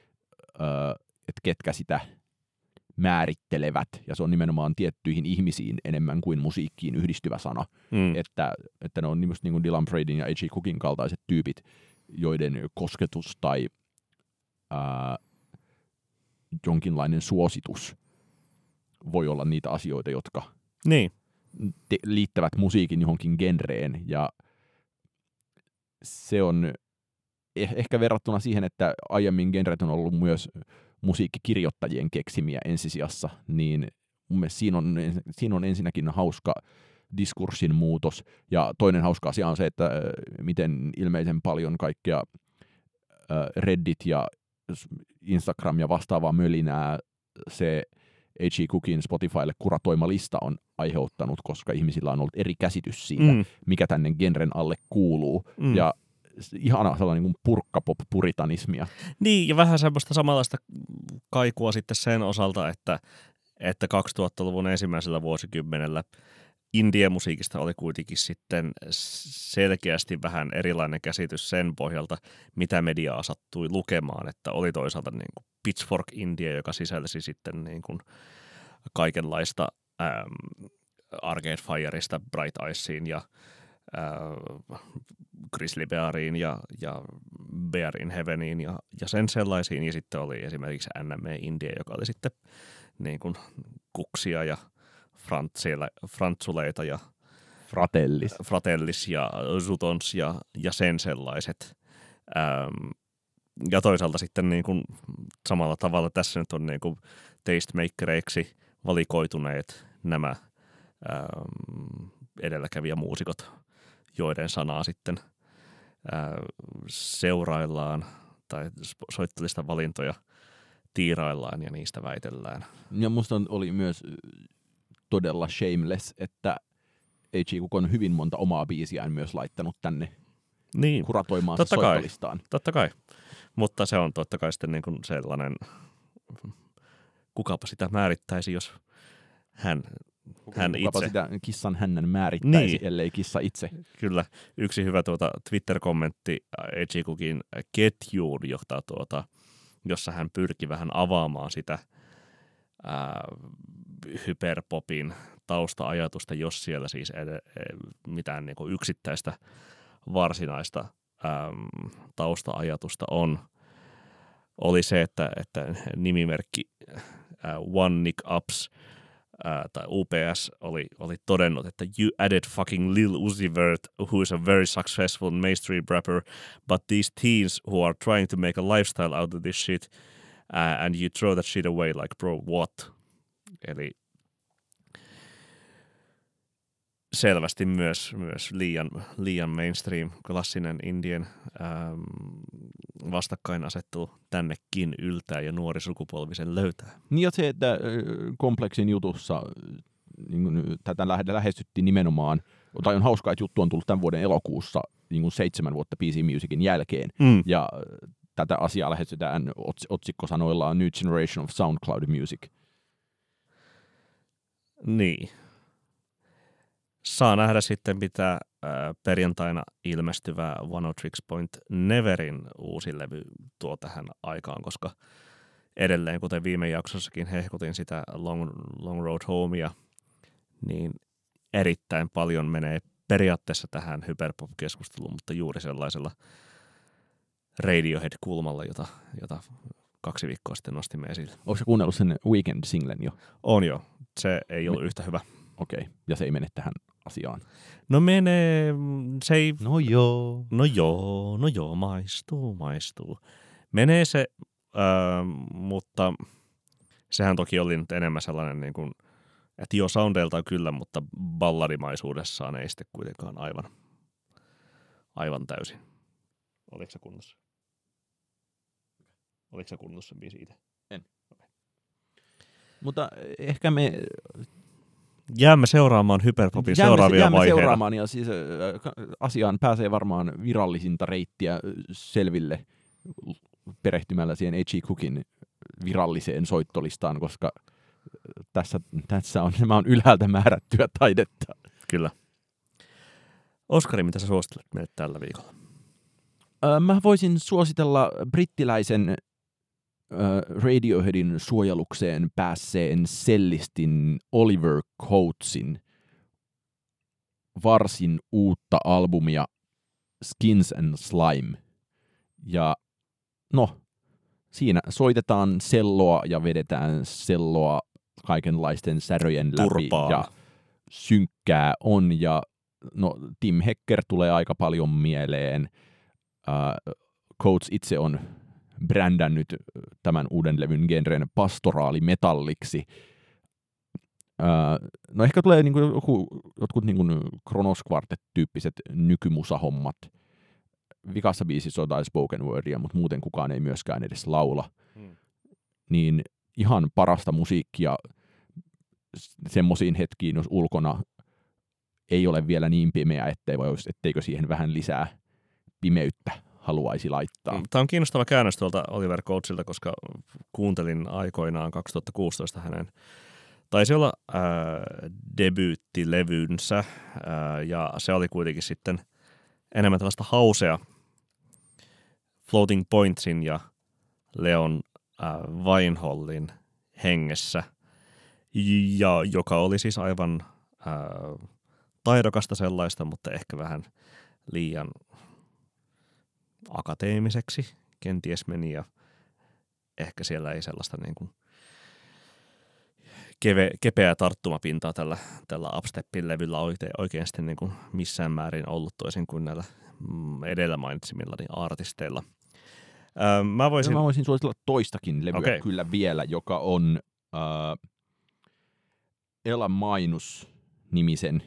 ketkä sitä määrittelevät, ja se on nimenomaan tiettyihin ihmisiin enemmän kuin musiikkiin yhdistyvä sana. Että ne on just niin kuin Dylan Braidin ja A.J. Cookin kaltaiset tyypit, joiden kosketus tai jonkinlainen suositus voi olla niitä asioita, jotka liittävät musiikin johonkin genreen, ja se on ehkä verrattuna siihen, että aiemmin genret on ollut myös musiikkikirjoittajien keksimiä ensisijassa, niin mun mielestä siinä on ensinnäkin hauska diskurssin muutos, ja toinen hauska asia on se, että miten ilmeisen paljon kaikkea Reddit ja Instagram ja vastaavaa mölinää se A.G. Cookin Spotifylle kuratoima lista on aiheuttanut, koska ihmisillä on ollut eri käsitys siitä, mikä tänne genren alle kuuluu. Ja ihana sellainen niin kuin purkkapop-puritanismia. Niin, ja vähän semmoista samanlaista kaikua sitten sen osalta, että 2000-luvun ensimmäisellä vuosikymmenellä indie-musiikista oli kuitenkin sitten selkeästi vähän erilainen käsitys sen pohjalta, mitä mediaa sattui lukemaan, että oli toisaalta niin kuin Pitchfork Indie, joka sisälsi sitten niin kuin kaikenlaista Arcade Fireista Bright Eyesiin ja Grizzly Beariin ja Bear in Heaveniin ja sen sellaisiin. Ja sitten oli esimerkiksi NME Indie, joka oli sitten niin kuin kuksia ja frantsuleita ja Fratellis ja Zutons ja sen sellaiset. Ja toisaalta sitten niin kuin samalla tavalla tässä nyt on niin kuin tastemakereiksi valikoituneet nämä edelläkävijämuusikot, joiden sanaa sitten seuraillaan tai soittelista valintoja tiiraillaan ja niistä väitellään. Ja musta oli myös todella shameless, että A.G. Cook on hyvin monta omaa biisiään myös laittanut tänne kuratoimaan soittolistaan. Totta kai, mutta se on totta kai sitten niin kuin sellainen, kukapa sitä määrittäisi, jos hän Kukapa itse. sitä kissan hännän määrittäisi, Niin. ellei kissa itse. Kyllä. Yksi hyvä Twitter-kommentti A.G. Cookin ketjuun, jossa hän pyrki vähän avaamaan sitä hyperpopin tausta-ajatusta, jos siellä siis mitään niin kuin yksittäistä varsinaista tausta-ajatusta oli se, että nimimerkki One Nick Ups tai UPS oli todennut, että you added fucking Lil Uzi Vert, who is a very successful mainstream rapper, but these teens who are trying to make a lifestyle out of this shit, and you throw that shit away like bro, what? Eli selvästi myös liian mainstream, klassinen indien vastakkainasettelu tännekin yltää ja nuori sukupolvi sen löytää. Niin ja se, että Kompleksin jutussa niin tätä lähestyttiin nimenomaan, tai on hauskaa, että juttu on tullut tämän vuoden elokuussa niin 7 vuotta PC Musicin jälkeen, ja tätä asiaa lähestytään otsikkosanoilla New Generation of SoundCloud Music. Niin. Saa nähdä sitten, mitä perjantaina ilmestyvä One Tricks Point Neverin uusi levy tuo tähän aikaan, koska edelleen, kuten viime jaksossakin hehkutin sitä Long Road Homea, niin erittäin paljon menee periaatteessa tähän hyperpop-keskusteluun, mutta juuri sellaisella Radiohead-kulmalla, jota 2 viikkoa sitten nostimme esille. Oletko kuunnellut sen Weekend-singlen jo? On jo. Se ei ollut yhtä hyvä. Okei, ja se ei mene tähän asiaan. No menee, se ei... No joo, maistuu. Menee se, mutta sehän toki oli nyt enemmän sellainen, niin kuin, että joo, soundeiltaan kyllä, mutta balladimaisuudessaan ei sitten kuitenkaan aivan täysin. Oliko se kunnossa? Oliko se kunnossa biisi itse? En. Okay. Mutta ehkä me... Jäämme seuraamaan hyperpopin seuraavia vaiheita. Seuraamaan, ja siis asiaan pääsee varmaan virallisinta reittiä selville perehtymällä siihen A.G. Cookin viralliseen soittolistaan, koska nämä on ylhäältä määrättyä taidetta. Kyllä. Oskari, mitä sä suosittelet meille tällä viikolla? Mä voisin suositella brittiläisen Radioheadin suojelukseen päässeen cellistin Oliver Coatesin varsin uutta albumia Skins and Slime. Ja no, siinä soitetaan selloa ja vedetään selloa kaikenlaisten säröjen läpi. Turpaa. Ja synkkää on. Ja no, Tim Hecker tulee aika paljon mieleen. Coates itse on brändännyt tämän uuden levyn genren pastoraalimetalliksi. No ehkä tulee niinku jotkut niinku Kronos Quartet-tyyppiset nykymusahommat. Vikassa biisissä on spoken wordia, mutta muuten kukaan ei myöskään edes laula. Niin ihan parasta musiikkia semmoisiin hetkiin, jos ulkona ei ole vielä niin pimeä, etteikö siihen vähän lisää pimeyttä haluaisi laittaa. Tämä on kiinnostava käännös tuolta Oliver Coatesilta, koska kuuntelin aikoinaan 2016 hänen taisi olla debyyttilevynsä, ja se oli kuitenkin sitten enemmän tällaista hausea Floating Pointsin ja Leon Weinhollin hengessä, ja joka oli siis aivan taidokasta sellaista, mutta ehkä vähän liian akateemiseksi kenties meni, ja ehkä siellä ei sellaista niin kuin kepeää tarttumapintaa tällä upsteppin levyllä oikein sitten niin kuin missään määrin ollut, toisin kuin näillä edellä mainitsemillani artisteilla. Mä voisin suositella toistakin levyä kyllä vielä, joka on Ela Mainus-nimisen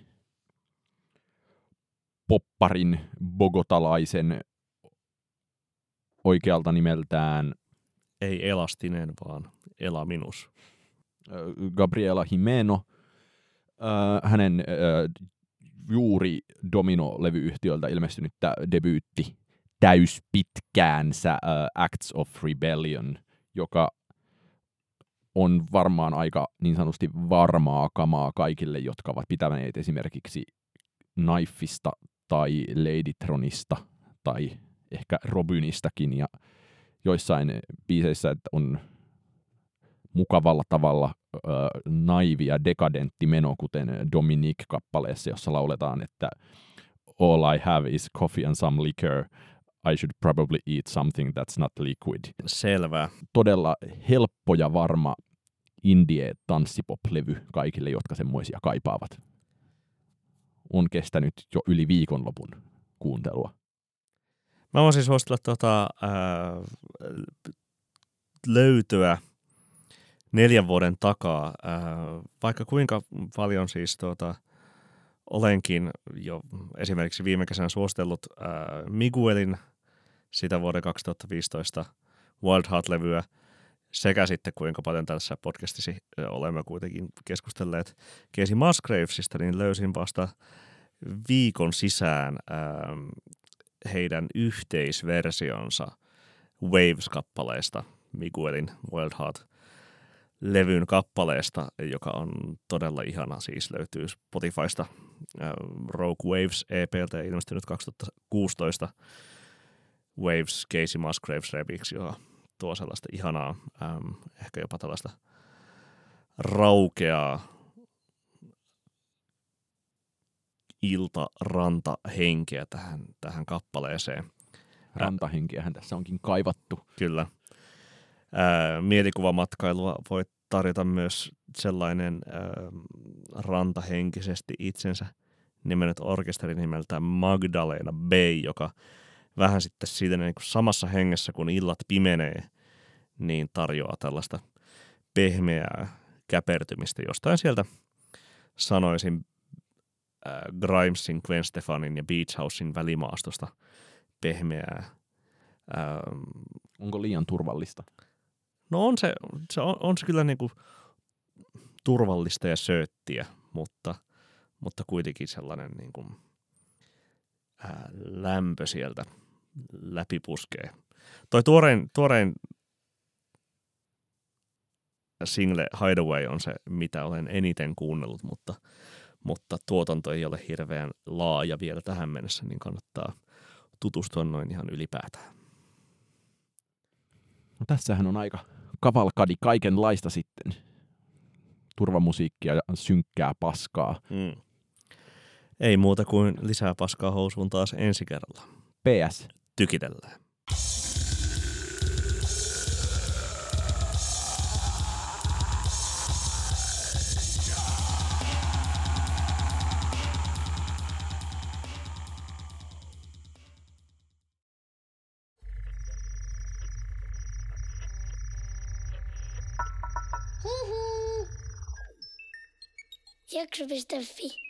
popparin bogotalaisen oikealta nimeltään ei Elastinen, vaan Ela Minus. Gabriela Jimeno, hänen juuri Domino-levyyhtiöltä ilmestynyttä debyytti täyspitkäänsä Acts of Rebellion, joka on varmaan aika niin sanotusti varmaa kamaa kaikille, jotka ovat pitäneet esimerkiksi Knifesta tai Ladytronista tai ehkä Robynistakin, ja joissain biiseissä on mukavalla tavalla naivi ja dekadentti meno, kuten Dominique-kappaleessa, jossa lauletaan, että all I have is coffee and some liquor. I should probably eat something that's not liquid. Selvä. Todella helppo ja varma indie-tanssipop-levy kaikille, jotka semmoisia kaipaavat. On kestänyt jo yli viikonlopun kuuntelua. Mä voisin suositella löytöä 4 vuoden takaa, vaikka kuinka paljon siis olenkin jo esimerkiksi viime kesänä suositellut Miguelin sitä vuoden 2015 Wild Heart-levyä, sekä sitten kuinka paljon tässä podcastissa olemme kuitenkin keskustelleet Casey Musgravesista, niin löysin vasta viikon sisään heidän yhteisversionsa Waves-kappaleesta, Miguelin Wild Heart-levyn kappaleesta, joka on todella ihana, siis löytyy Spotifysta Rogue Waves EP:ltä ilmestynyt 2016 Waves Casey Musgraves remix, joka tuo sellaista ihanaa, ehkä jopa tällaista raukeaa ilta-ranta-henkeä tähän kappaleeseen. Rantahenkeähän tässä onkin kaivattu. Kyllä. Mielikuvamatkailua voi tarjota myös sellainen rantahenkisesti itsensä nimennyt orkesteri nimeltä Magdalena Bay, joka vähän sitten siitä niin kuin samassa hengessä, kun illat pimenee, niin tarjoaa tällaista pehmeää käpertymistä jostain sieltä, sanoisin, Grimesin, Gwen Stefanin ja Beach Housein välimaastosta pehmeää. Onko liian turvallista? No on se kyllä niinku turvallista ja sööttiä, mutta kuitenkin sellainen niinku, lämpö sieltä läpipuskee. Toi tuorein single Hideaway on se, mitä olen eniten kuunnellut, mutta tuotanto ei ole hirveän laaja vielä tähän mennessä, niin kannattaa tutustua noin ihan ylipäätään. No tässähän on aika kavalkadi kaikenlaista sitten. Turvamusiikkia ja synkkää paskaa. Ei muuta kuin lisää paskaa housuun taas ensi kerralla. PS. Tykitellään. Jakso.fi